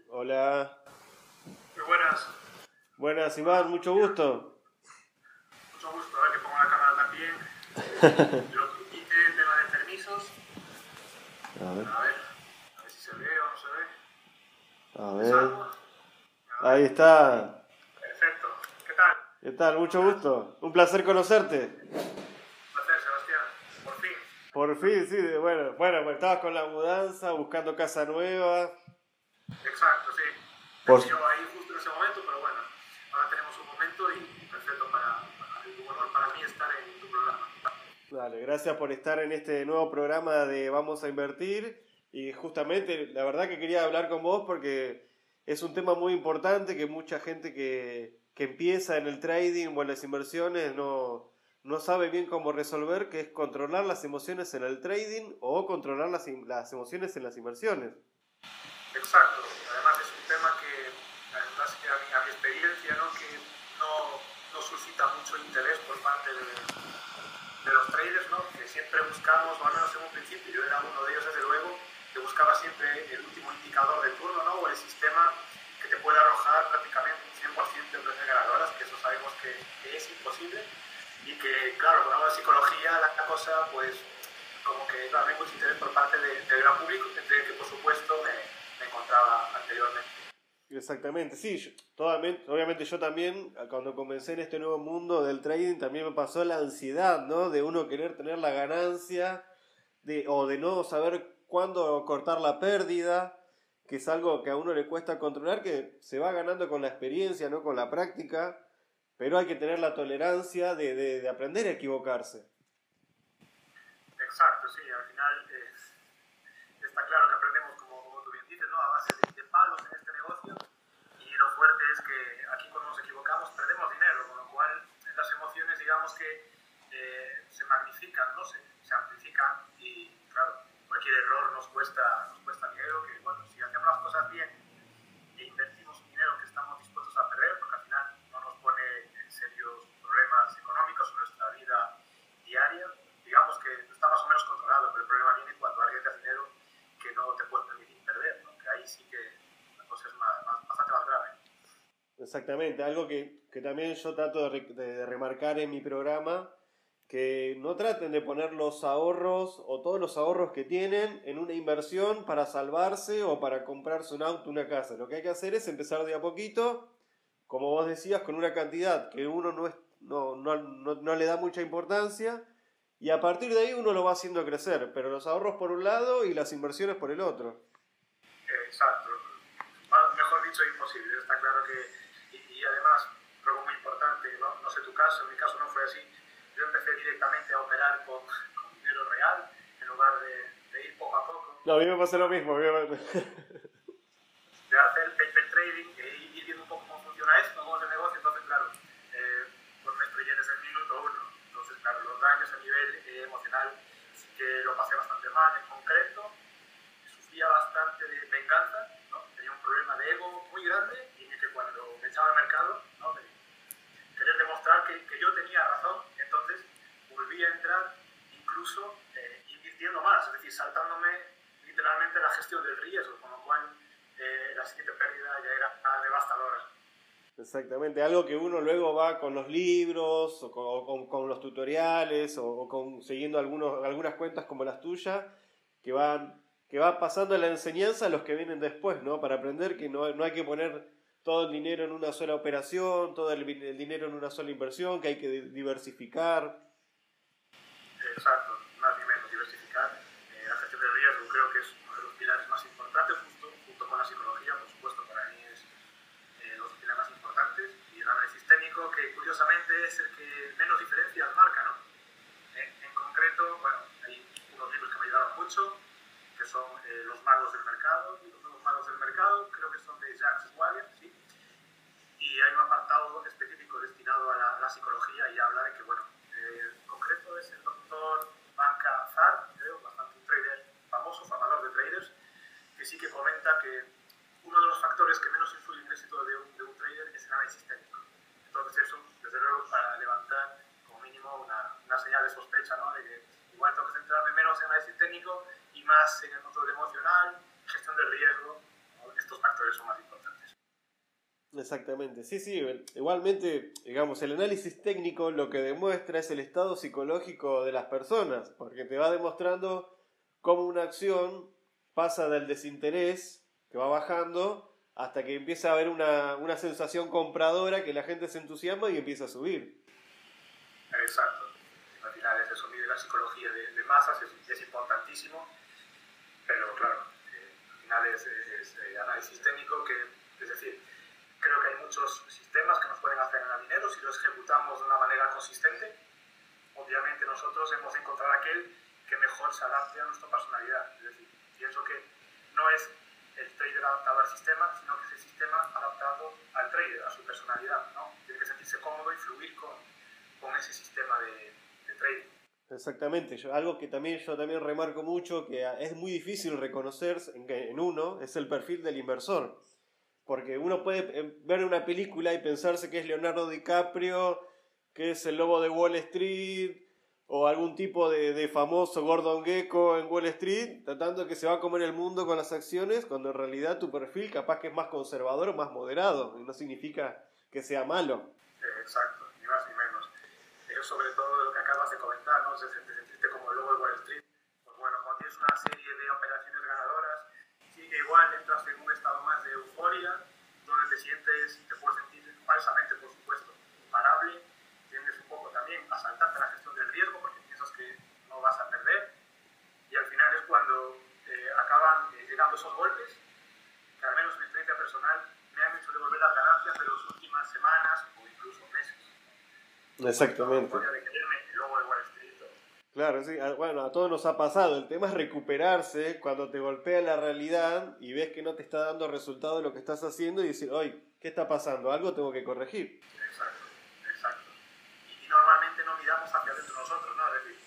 Hola. Muy buenas, Buenas, Iván, mucho gusto. mucho gusto. A ver que pongo la cámara también. Lo que quite el tema de permisos. A ver, A ver si se ve o no se ve. a ¿Me ver. salgo? Ahí está. Perfecto. ¿Qué tal? ¿Qué tal? ¿Cómo Mucho estás? gusto. Un placer conocerte. Un placer, Sebastián. Por fin. Por fin, sí. Bueno, estabas con la mudanza, buscando casa nueva. Exacto, sí. Me Por... pilló ahí justo en ese momento, pero bueno, ahora tenemos un momento y perfecto un honor para mí estar en tu programa. Dale, gracias por estar en este nuevo programa de Vamos a Invertir. Y justamente, la verdad que quería hablar con vos porque es un tema muy importante que mucha gente que empieza en el trading o en las inversiones no sabe bien cómo resolver, que es controlar las emociones en el trading o controlar las emociones en las inversiones. Exacto. Además es un tema que, además que a mi experiencia, ¿no? Que no suscita mucho interés por parte de los traders, ¿no? Que siempre buscamos, o al menos en un principio, yo era uno de ellos desde luego, que buscaba siempre el último indicador del turno, ¿no? O el sistema que te puede arrojar prácticamente un 100% de empresas ganadoras, que eso sabemos que es imposible, y que, claro, con algo de psicología la cosa, pues, como que no hay mucho interés por parte del gran público, entre el que por supuesto me encontraba anteriormente. Exactamente, sí, obviamente yo también, cuando comencé en este nuevo mundo del trading, también me pasó la ansiedad, ¿no? De uno querer tener la ganancia o de no saber cuándo cortar la pérdida, que es algo que a uno le cuesta controlar, que se va ganando con la experiencia, no con la práctica, pero hay que tener la tolerancia de aprender a equivocarse. Exacto, sí, al final está claro que aprendemos, como tú bien dices, ¿no? A base de palos en este negocio, y lo fuerte es que aquí cuando nos equivocamos perdemos dinero, con lo cual las emociones digamos que se magnifican, ¿no? Se amplifican y claro, cualquier error nos cuesta dinero, que bueno, si hacemos las cosas bien e invertimos un dinero que estamos dispuestos a perder, porque al final no nos pone en serios problemas económicos en nuestra vida diaria, digamos que está más o menos controlado, pero el problema viene cuando arriesgas dinero que no te puedes permitir perder, ¿no? Que ahí sí que la cosa es bastante más grave. Exactamente, algo que también yo trato de remarcar en mi programa, que no traten de poner los ahorros o todos los ahorros que tienen en una inversión para salvarse o para comprarse un auto, una casa. Lo que hay que hacer es empezar de a poquito, como vos decías, con una cantidad que uno no le da mucha importancia y a partir de ahí uno lo va haciendo crecer, pero los ahorros por un lado y las inversiones por el otro. Exacto. Mejor dicho, imposible. Está claro que, y además, algo muy importante, no sé tu caso, en mi caso no fue así. Yo empecé directamente a operar con dinero real, en lugar de ir poco a poco, No, a mí me pasa lo mismo. de hacer paper trading e ir viendo un poco cómo funciona esto, cómo es el negocio. Entonces, claro, pues me estrellé desde el minuto uno. Entonces, claro, los daños a nivel emocional sí que lo pasé bastante mal. En concreto, sufría bastante de venganza, ¿no? Tenía un problema de ego muy grande y en el que cuando me echaba al mercado, ¿no? De querer demostrar que yo tenía razón, entonces volví a entrar incluso invirtiendo más, es decir, saltándome literalmente la gestión del riesgo, con lo cual la siguiente pérdida ya era devastadora. Exactamente, algo que uno luego va con los libros o con los tutoriales o siguiendo algunas cuentas como las tuyas que va pasando la enseñanza a los que vienen después, ¿no? Para aprender que no hay que poner todo el dinero en una sola operación, todo el dinero en una sola inversión, que hay que diversificar. Exacto, más ni menos, diversificar. La gestión del riesgo creo que es uno de los pilares más importantes, junto con la psicología, por supuesto, para mí es los pilares más importantes. Y el análisis técnico, que curiosamente es el que menos diferencias marca, ¿no? En concreto, bueno, hay unos libros que me ayudaron mucho, que son Los magos del mercado, y los nuevos magos del mercado, creo que son de Jacques Swagger, ¿sí? Y hay un apartado específico destinado a la psicología y habla de que, bueno, en concreto es el doctor Banca Zar, creo, bastante un trader famoso, formador de traders, que sí que comenta que uno de los factores que menos influye en el éxito de un trader es el análisis técnico. Entonces eso, desde luego, es para levantar como mínimo una señal de sospecha, ¿no? De que igual tengo que centrarme menos en análisis técnico y más en el control emocional, gestión del riesgo, ¿no? Estos factores son más importantes. Exactamente, sí, sí, igualmente, digamos, el análisis técnico lo que demuestra es el estado psicológico de las personas, porque te va demostrando cómo una acción pasa del desinterés, que va bajando, hasta que empieza a haber una sensación compradora que la gente se entusiasma y empieza a subir. Exacto. Al final es eso, mide la psicología de masas, es importantísimo, pero claro, al final es análisis técnico es decir, creo que hay muchos sistemas que nos pueden hacer ganar dinero si lo ejecutamos de una manera consistente. Obviamente nosotros hemos encontrado aquel que mejor se adapte a nuestra personalidad. Es decir, pienso que no es el trader adaptado al sistema, sino que es el sistema adaptado al trader, a su personalidad, ¿no? Tiene que sentirse cómodo y fluir con ese sistema de trading. Exactamente, algo que yo también remarco mucho, que es muy difícil reconocer en uno, es el perfil del inversor. Porque uno puede ver una película y pensarse que es Leonardo DiCaprio, que es el lobo de Wall Street, o algún tipo de famoso Gordon Gekko en Wall Street, tratando de que se va a comer el mundo con las acciones, cuando en realidad tu perfil capaz que es más conservador o más moderado, y no significa que sea malo. Exacto, ni más ni menos. Sobre todo lo que acabas de comentar, ¿no? De sentirte como el lobo de Wall Street. Pues bueno, cuando tienes una serie de operaciones ganadoras, sí que igual entras en un estado más de euforia, donde te puedes sentir falsamente, por supuesto, imparable. Tienes un poco también a saltarte la gestión del riesgo porque piensas que no vas a perder. Y al final es cuando acaban llegando esos golpes, que al menos en mi experiencia personal me han hecho devolver las ganancias de las últimas semanas o incluso meses. Exactamente. Claro, sí, bueno, a todos nos ha pasado. El tema es recuperarse cuando te golpea la realidad y ves que no te está dando resultado lo que estás haciendo y decir, oye, ¿qué está pasando? Algo tengo que corregir. Exacto, exacto. Y normalmente no miramos hacia adentro nosotros, ¿no? Es decir,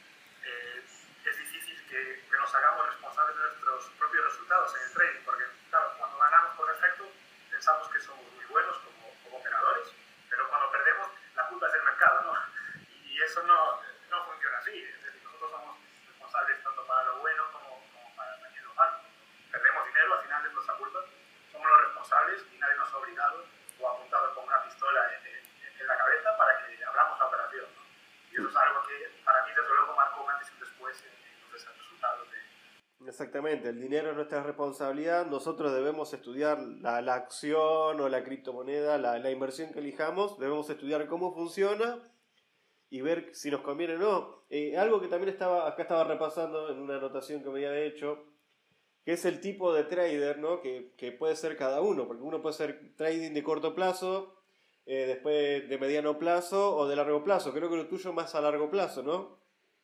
es difícil que nos hagamos responsables de nuestros propios resultados en el trading, porque claro, cuando ganamos por defecto pensamos que somos muy buenos como operadores, pero cuando perdemos la culpa es del mercado, ¿no? Y eso no funciona así. Es decir, nosotros somos responsables tanto para lo bueno como para también lo malo. Perdemos dinero, al final es nuestra culpa, somos los responsables y nadie nos ha obligado o apuntado con una pistola en la cabeza para que abramos la operación, ¿no? Y eso es algo que para mí desde luego marcó un antes y un después en los resultados de... Exactamente, el dinero es nuestra responsabilidad, nosotros debemos estudiar la acción o la criptomoneda, la inversión que elijamos, debemos estudiar cómo funciona y ver si nos conviene o no. Algo que también acá estaba repasando en una anotación que me había hecho, que es el tipo de trader, ¿no? que puede ser cada uno, porque uno puede ser trading de corto plazo, después de mediano plazo o de largo plazo. Creo que lo tuyo más a largo plazo, ¿no?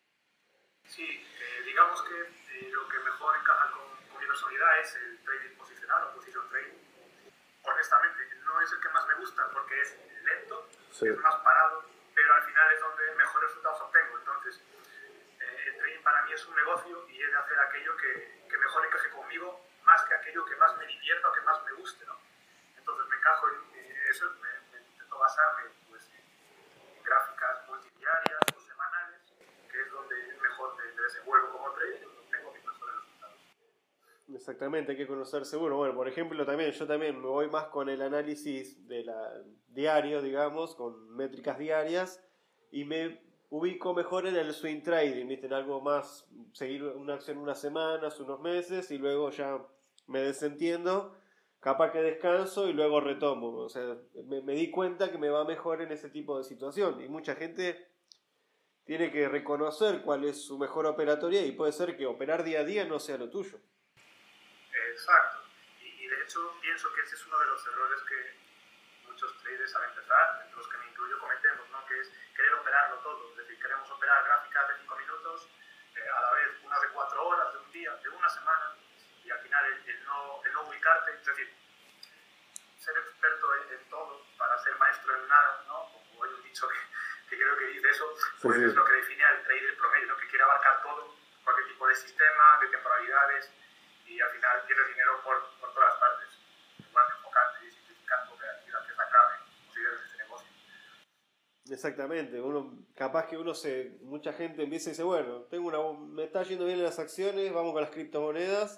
Sí, digamos que lo que mejor encaja con mi personalidad es el trading posicional o position trading. Honestamente, no es el que más me gusta porque es lento, sí, es más parado, pero al final es donde mejores resultados obtengo. Entonces, el trading para mí es un negocio y he de hacer aquello que mejor encaje conmigo, más que aquello que más me divierta o que más me guste, ¿no? Entonces me encajo en eso, me intento basarme pues, en gráficas multidiarias o semanales, que es donde mejor me desenvuelvo como trader y donde obtengo mis mejores resultados. Exactamente, hay que conocerse uno. Bueno, por ejemplo, yo también me voy más con el análisis diario, digamos, con métricas diarias, y me ubico mejor en el swing trading, ¿viste? En algo más, seguir una acción unas semanas, unos meses, y luego ya me desentiendo, capaz que descanso y luego retomo. O sea, me di cuenta que me va mejor en ese tipo de situación, y mucha gente tiene que reconocer cuál es su mejor operatoria, y puede ser que operar día a día no sea lo tuyo. Exacto. Y de hecho pienso que ese es uno de los errores que muchos traders al empezar, entre los que me incluyo, cometemos, ¿no? Que es querer operarlo todo. Es decir, queremos operar gráficas de 5 minutos, a la vez unas de 4 horas, de un día, de una semana, y al final el no ubicarte, es decir, ser experto en todo para ser maestro en nada, ¿no? Como hay un dicho que creo que dice eso, pues sí, es lo que define al trader promedio, ¿no? Que quiere abarcar todo, cualquier tipo de sistema, de temporalidades, y al final pierde dinero por todas las partes. Igual enfocarte y simplificando operativa, que es la clave, considero, de este negocio. Exactamente, capaz que mucha gente empieza y dice, bueno, me está yendo bien en las acciones, vamos con las criptomonedas,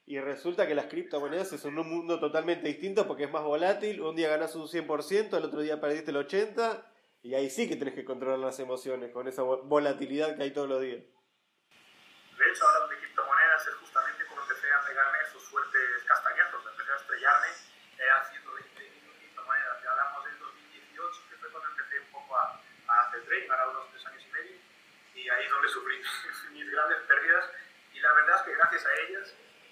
y resulta que las criptomonedas es un mundo totalmente distinto porque es más volátil. Un día ganás un 100%, el otro día perdiste el 80%, y ahí sí que tenés que controlar las emociones con esa volatilidad que hay todos los días. De hecho, hablando de criptomonedas, es justamente como empecé a pegarme esos fuertes castañazos, empecé a estrellarme haciendo de criptomonedas. Ya hablamos del 2018, que fue cuando empecé un poco a hacer trading, ahora unos 3 años y medio, y ahí es donde sufrí mis grandes pérdidas, y la verdad es que gracias a ellas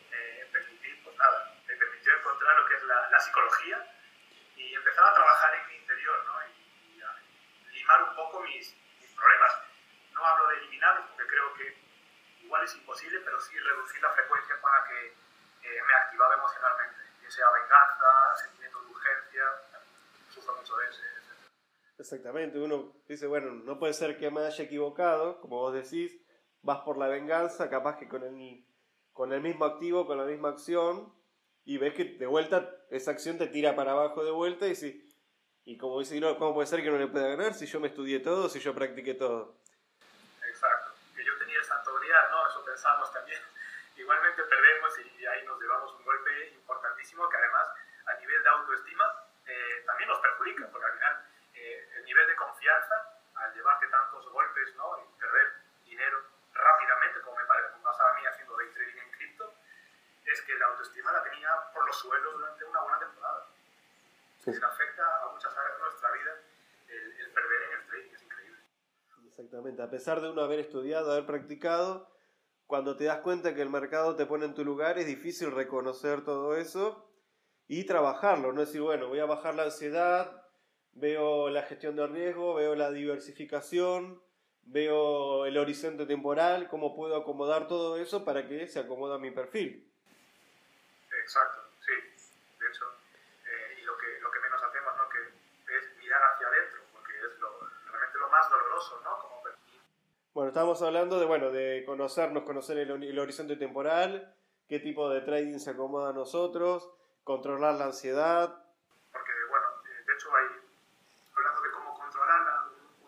me permitió encontrar lo que es la psicología y empezar a trabajar en mi interior, ¿no? y a limar un poco mis problemas. No hablo de eliminarlos porque creo que igual es imposible, pero sí reducir la frecuencia con la que me activaba emocionalmente, ya sea venganza, sentimiento de urgencia, sufro mucho de eso. Exactamente, uno dice, bueno, no puede ser que me haya equivocado, como vos decís, vas por la venganza, capaz que con el mismo activo, con la misma acción, y ves que de vuelta esa acción te tira para abajo de vuelta y como dice, ¿cómo puede ser que no le pueda ganar si yo me estudié todo, si yo practiqué todo? Exacto, que yo tenía el santo grial, ¿no? Eso pensamos también. Igualmente perdemos y ahí nos llevamos un golpe importantísimo que además a nivel de autoestima también nos perjudica, porque al final el nivel de confianza, al llevarte tantos golpes, ¿no? Y perder dinero rápidamente, como me pasaba a mí haciendo day trading en cripto, es que la autoestima la tenía por los suelos durante una buena temporada. Sí. Se afecta a muchas áreas de nuestra vida el perder en el trading, es increíble. Exactamente, a pesar de uno haber estudiado, haber practicado, cuando te das cuenta que el mercado te pone en tu lugar, es difícil reconocer todo eso y trabajarlo, no decir, bueno, voy a bajar la ansiedad, veo la gestión de riesgo, veo la diversificación, veo el horizonte temporal, cómo puedo acomodar todo eso para que se acomode a mi perfil. Exacto, sí. De hecho, y lo que menos hacemos, ¿no? Que es mirar hacia adentro, porque es realmente lo más doloroso, ¿no? Como perfil. Bueno, estábamos hablando de conocer el horizonte temporal, qué tipo de trading se acomoda a nosotros, controlar la ansiedad. Porque, bueno, de hecho hablando de cómo controlarla,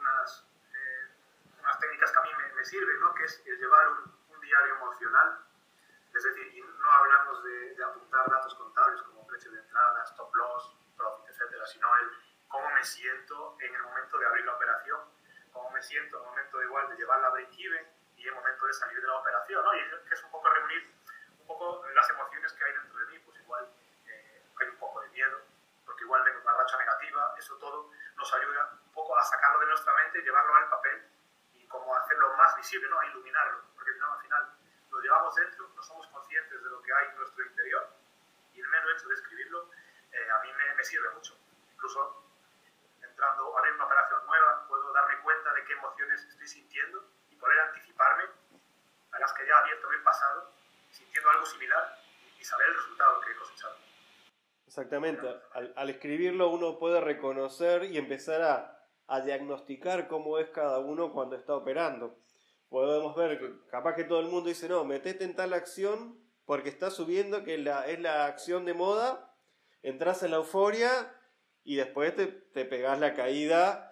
unas técnicas que a mí me sirven, ¿no? Que es llevar un diario emocional. Es decir, y no hablamos de apuntar datos contables como precio de entrada, stop loss, profit, etcétera, sino el cómo me siento en el momento de abrir la operación, cómo me siento en el momento igual de llevar la break-even y en el momento de salir de la operación, ¿no? Y que es un poco reunir un poco las emociones que hay dentro de mí, pues igual hay un poco de miedo, porque igual vengo una racha negativa, eso todo nos ayuda un poco a sacarlo de nuestra mente, llevarlo al papel y como hacerlo más visible, ¿no? A iluminarlo, porque no, al final lo llevamos dentro, no somos conscientes de lo que hay en nuestro interior y el mero hecho de escribirlo a mí me sirve mucho. Incluso entrando a ver una operación nueva, puedo darme cuenta de qué emociones estoy sintiendo y poder anticiparme a las que ya he abierto en el pasado, sintiendo algo similar y saber el resultado que he cosechado. Exactamente, al escribirlo uno puede reconocer y empezar a diagnosticar cómo es cada uno cuando está operando. Podemos ver que capaz que todo el mundo dice, no, metete en tal acción porque está subiendo, que es la acción de moda, entras en la euforia y después te pegás la caída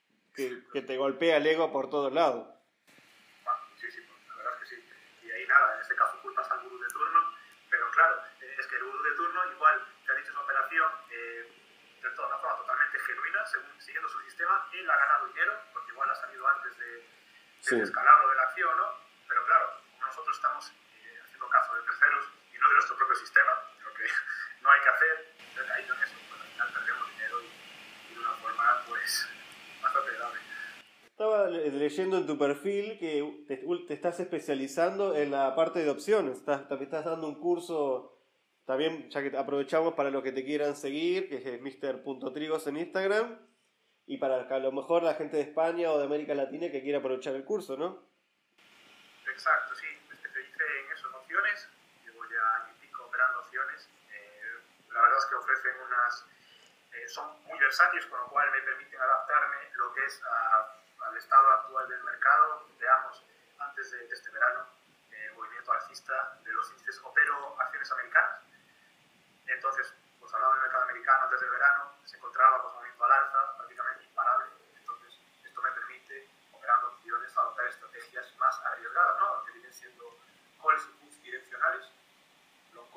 que te golpea el ego por todos lados. Muchísimo, la verdad es que sí. Y ahí nada, en este caso culpas al gurú de turno, pero claro, es que el gurú de turno igual te ha dicho esa operación de una forma totalmente genuina, siguiendo su sistema, él ha ganado dinero, porque igual ha salido antes del descalabro de la acción, ¿no? Pero claro, como nosotros estamos haciendo caso de terceros y no de nuestro propio sistema, lo que no hay que hacer, he caído en eso, pues al final perdemos dinero y de una forma pues bastante grave. Estaba leyendo en tu perfil que te estás especializando en la parte de opciones, también estás dando un curso, también ya que aprovechamos para los que te quieran seguir, que es Mr.Trigos en Instagram, y para que a lo mejor la gente de España o de América Latina que quiera aprovechar el curso, ¿no? Exacto, sí, me especialicé en eso, en opciones, llevo ya año y pico operando opciones, la verdad es que ofrecen son muy versátiles, con lo cual me permiten adaptarme lo que es al estado actual del mercado. Veamos, antes de este verano, movimiento alcista de los índices, opero acciones americanas, entonces, pues hablando del mercado americano antes del verano, se encontraba pues, movimiento al alza, prácticamente imparable, entonces esto me permite, operando opciones, adoptar estrategias más arriesgadas, ¿no? Que vienen siendo calls y puts direccionales, long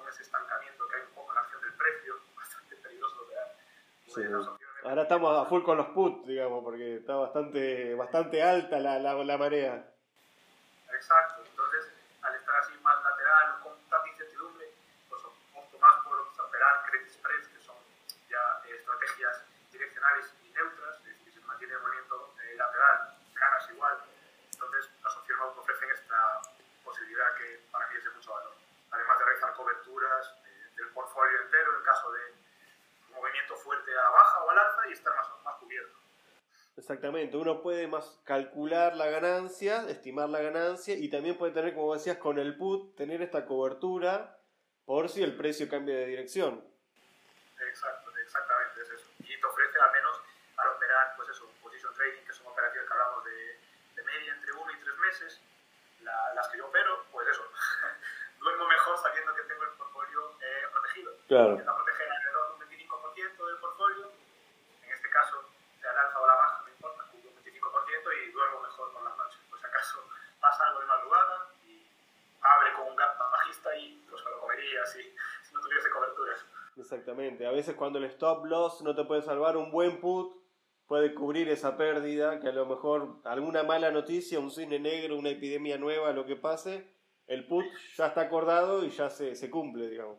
con ese estancamiento que hay un poco en la acción del precio, bastante peligroso lo que hay. Sí. Ahora estamos a full con los puts, digamos, porque está bastante alta la marea. Exacto, entonces al estar así más lateral, con tanta incertidumbre, pues opto más por operar credit spreads, que son ya estrategias direccionales y neutras, es decir, si se mantiene el movimiento lateral, ganas igual. Entonces las opciones me ofrecen esta posibilidad que para mí es de mucho valor. Además de realizar coberturas del portfolio entero en caso de movimiento fuerte a la baja o al alza y estar más cubierto. Exactamente, uno puede más calcular la ganancia, estimar la ganancia y también puede tener, como decías, con el put, tener esta cobertura por si el precio cambia de dirección. Exacto, exactamente, es eso. Y te ofrece al menos al operar, pues eso, position trading, que son operaciones que hablamos de media entre 1 y 3 meses, las que yo opero, pues eso, duermo mejor sabiendo que tengo el portfolio protegido. Claro. Intenta proteger alrededor de un 25% del portfolio, en este caso, sea al alza o a la baja, no importa, cubro un 25% y duermo mejor por las noches. Pues si acaso pasa algo de madrugada y abre con un gap bajista y pues me lo comería si no tuviese coberturas. Exactamente, a veces cuando el stop loss no te puede salvar, un buen put puede cubrir esa pérdida, que a lo mejor alguna mala noticia, un cisne negro, una epidemia nueva, lo que pase, el put ya está acordado y ya se cumple, digamos.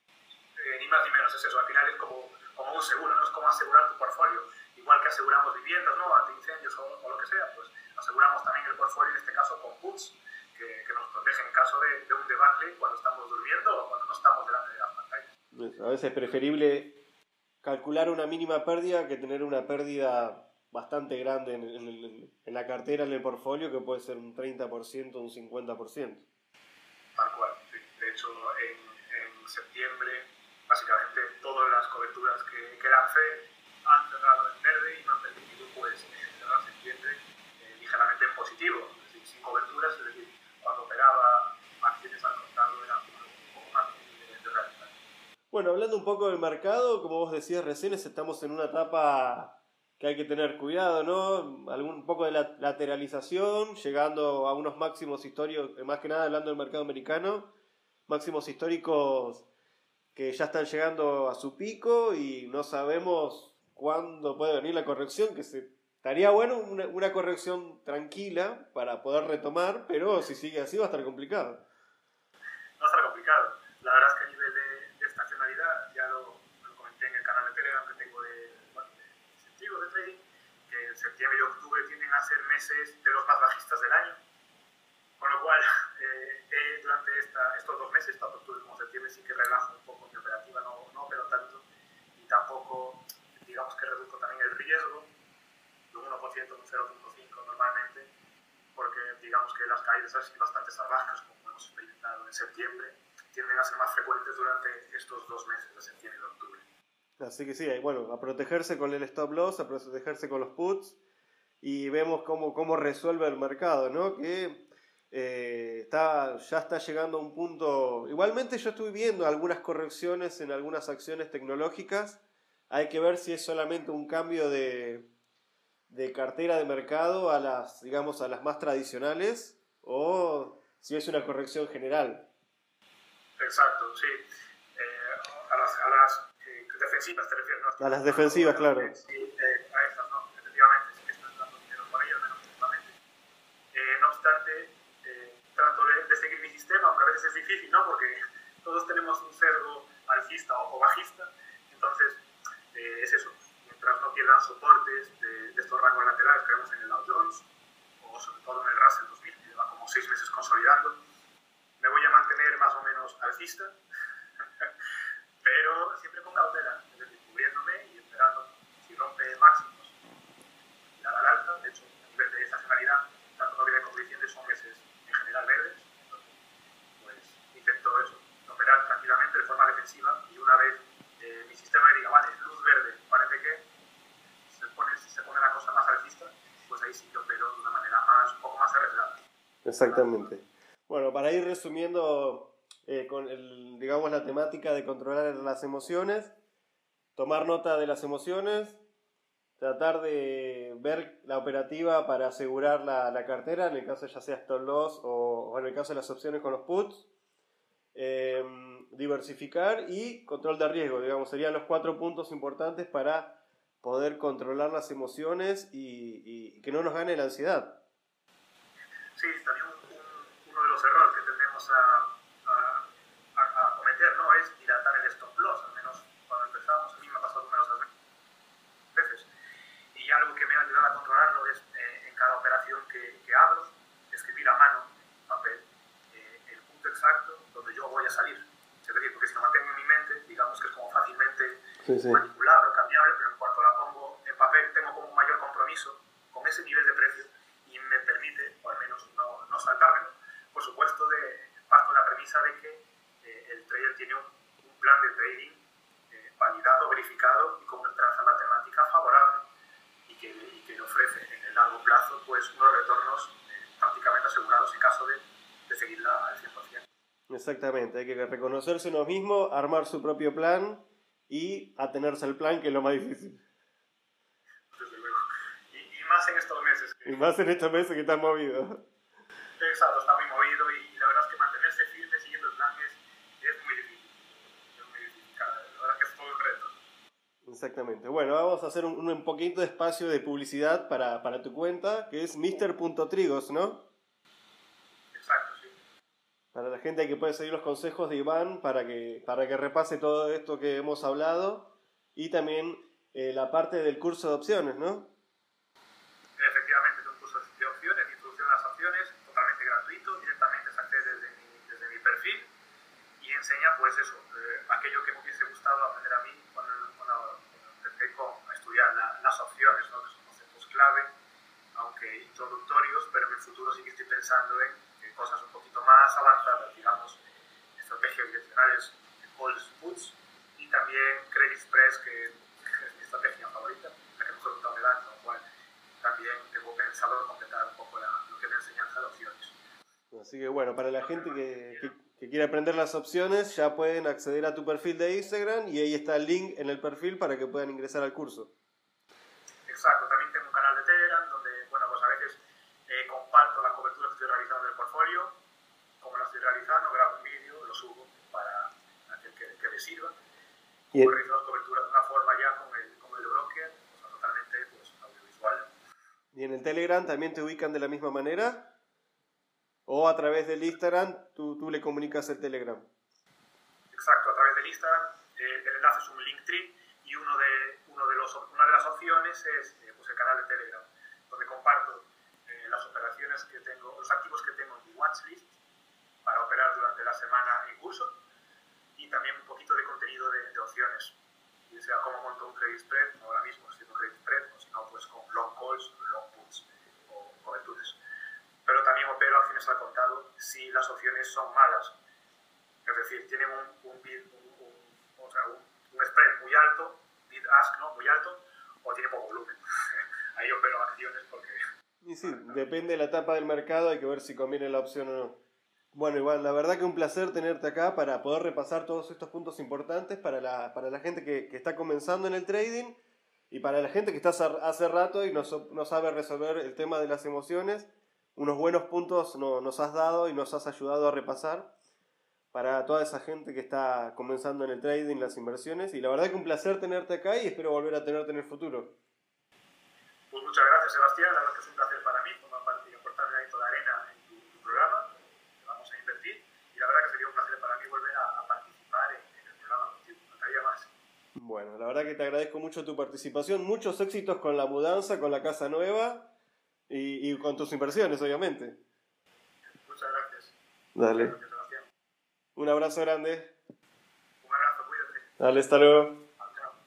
Ni más ni menos es eso, al final es como un seguro, no es como asegurar tu portfolio. Igual que aseguramos viviendas, ¿no?, ante incendios o lo que sea, pues aseguramos también el portfolio, en este caso con puts, que nos protegen en caso de un debacle cuando estamos durmiendo o cuando no estamos delante de las pantallas. A veces es preferible calcular una mínima pérdida que tener una pérdida bastante grande en la cartera, en el portfolio, que puede ser un 30%, un 50%. Tal cual, sí. De hecho, en septiembre, básicamente todas las coberturas que lancé han cerrado en verde y me han permitido pues, cerrar septiembre ligeramente en positivo, es decir, sin coberturas, es decir, cuando operaba acciones al contado era un poco más difícil de realizar. Bueno, hablando un poco del mercado, como vos decías recién, estamos en una etapa que hay que tener cuidado, ¿no? Un poco de lateralización, llegando a unos máximos históricos, más que nada hablando del mercado americano, máximos históricos que ya están llegando a su pico y no sabemos cuándo puede venir la corrección, estaría bueno una corrección tranquila para poder retomar, pero si sigue así va a estar complicado. Va a estar complicado. La verdad es que a nivel de estacionalidad, ya lo comenté en el canal de Telegram que tengo de incentivos de trading, que septiembre y octubre tienden a ser meses de los más bajistas del año. Con lo cual, durante estos 2 meses, tanto octubre como septiembre, sí que relajo un poco mi operativa, no opero tanto y tampoco, digamos que reduzco también el riesgo de un 1%, un 0.5% normalmente, porque digamos que las caídas así bastante salvajes, como hemos experimentado en septiembre, tienden a ser más frecuentes durante estos 2 meses de septiembre y de octubre. Así que sí, bueno, a protegerse con el stop loss, a protegerse con los puts y vemos cómo resuelve el mercado, ¿no? Que ya está llegando a un punto. Igualmente yo estuve viendo algunas correcciones en algunas acciones tecnológicas. Hay que ver si es solamente un cambio de cartera de mercado a las más tradicionales o si es una corrección general. Exacto, sí. A las defensivas te refieres, ¿no? A las defensivas, claro. Sí, a estas, ¿no? Efectivamente, sí que están dando dinero por ello, al menos últimamente. No obstante, trato de seguir mi sistema, aunque a veces es difícil, ¿no? Porque todos tenemos un sesgo alcista o bajista, entonces es eso. Mientras no pierdan soportes de estos rangos laterales que vemos en el Dow Jones, o sobre todo en el Russell 2000, que lleva como 6 meses consolidando, me voy a mantener más o menos alcista, pero siempre con cautela, es decir, cubriéndome y esperando si rompe máximos, tirar al alta. De hecho, a nivel de estacionalidad, tanto noviembre como diciembre son meses en general verdes, entonces pues intento eso, operar tranquilamente de forma defensiva y una vez mi sistema me diga, vale, luz verde, parece que se pone la cosa más alcista, pues ahí sí que opero de una manera un poco más arriesgada. Exactamente. Bueno, para ir resumiendo con la temática de controlar las emociones, tomar nota de las emociones, tratar de ver la operativa para asegurar la cartera, en el caso ya sea stop loss o en el caso de las opciones con los puts, diversificar y control de riesgo, digamos, serían los 4 puntos importantes para poder controlar las emociones y que no nos gane la ansiedad. Sí, también uno de los errores que tendemos a cometer, ¿no?, es dilatar el stop loss, al menos cuando empezamos. A mí me ha pasado numerosas veces. Y algo que me ha ayudado a controlarlo es en cada operación que abro, escribir a mano en papel el punto exacto donde yo voy a salir. Es decir, porque si lo mantengo en mi mente, digamos que es como fácilmente manipulable, cambiable, pero en cuanto la pongo en papel tengo como un mayor compromiso con ese nivel de precio y me permite, o al menos no saltármelo. Por supuesto, parto de la premisa de que el trader tiene un plan de trading validado, verificado y con una traza matemática favorable y que le ofrece en el largo plazo pues unos retornos prácticamente asegurados en caso de seguirla al 100%. Exactamente, hay que reconocerse uno mismo, armar su propio plan y atenerse al plan, que es lo más difícil. Desde luego. Y más en estos meses. Y más en estos meses que están movidos. Exacto, está muy movido y la verdad es que mantenerse firme siguiendo el plan es muy difícil. Es muy difícil, la verdad es que es todo un reto. Exactamente. Bueno, vamos a hacer un poquito de espacio de publicidad para tu cuenta, que es Mr.Trigos, ¿no? Exacto, sí. Para la gente que puede seguir los consejos de Iván para que repase todo esto que hemos hablado y también la parte del curso de opciones, ¿no? Efectivamente, es un curso de opciones, de introducción a las opciones, totalmente gratuito, directamente se accede desde mi perfil y enseña, pues eso, aquello que me hubiese gustado aprender a mí cuando empecé a estudiar las opciones, ¿no?, que son conceptos clave, aunque introductorios, pero en el futuro sí que estoy pensando en cosas un poquito más avanzadas, digamos, estrategias direccionales, calls, puts y también credit spreads, que es mi estrategia favorita, la que mejor resultado me da, con lo cual también tengo pensado completar un poco lo que es la enseñanza de opciones. Así que bueno, para la gente que quiere aprender las opciones, ya pueden acceder a tu perfil de Instagram y ahí está el link en el perfil para que puedan ingresar al curso. Exacto, también tengo un canal de Telegram donde, bueno, pues a veces comparto la cobertura que estoy realizando del portfolio, como la estoy realizando, grabo un vídeo, lo subo para aquel que le sirva. Como realizo las coberturas de una forma ya con el broker, o sea, totalmente pues, audiovisual. ¿Y en el Telegram también te ubican de la misma manera? ¿O a través del Instagram tú le comunicas el Telegram? Exacto, a través del Instagram el enlace es un Linktree y una de las opciones es pues el canal de Telegram, donde comparto las operaciones que tengo, los activos que tengo en mi watchlist para operar durante la semana en curso y también un poquito de contenido de opciones. Y sea cómo monto un credit spread, ahora mismo haciendo credit spread, o si no, pues con long calls, long puts o coberturas. Pero también opero acciones al contado si las opciones son malas. Es decir, tienen un spread muy alto, bid-ask, ¿no?, muy alto, o tiene poco volumen. Ahí opero acciones porque... Y sí, depende de la etapa del mercado, hay que ver si conviene la opción o no. Bueno, Iván, la verdad que un placer tenerte acá para poder repasar todos estos puntos importantes para la gente que está comenzando en el trading y para la gente que está hace rato y no sabe resolver el tema de las emociones. Unos buenos puntos nos has dado y nos has ayudado a repasar para toda esa gente que está comenzando en el trading, las inversiones. Y la verdad que un placer tenerte acá y espero volver a tenerte en el futuro. Pues muchas gracias, Sebastián. La verdad que es un placer para mí formar parte y aportar un granito de arena en tu programa. Vamos a invertir. Y la verdad que sería un placer para mí volver a participar en el programa contigo. Me gustaría más. Bueno, la verdad que te agradezco mucho tu participación. Muchos éxitos con la mudanza, con la casa nueva y con tus inversiones, obviamente. Muchas gracias. Dale. Muchas gracias, Sebastián. Un abrazo grande. Un abrazo, cuídate. Dale, hasta luego.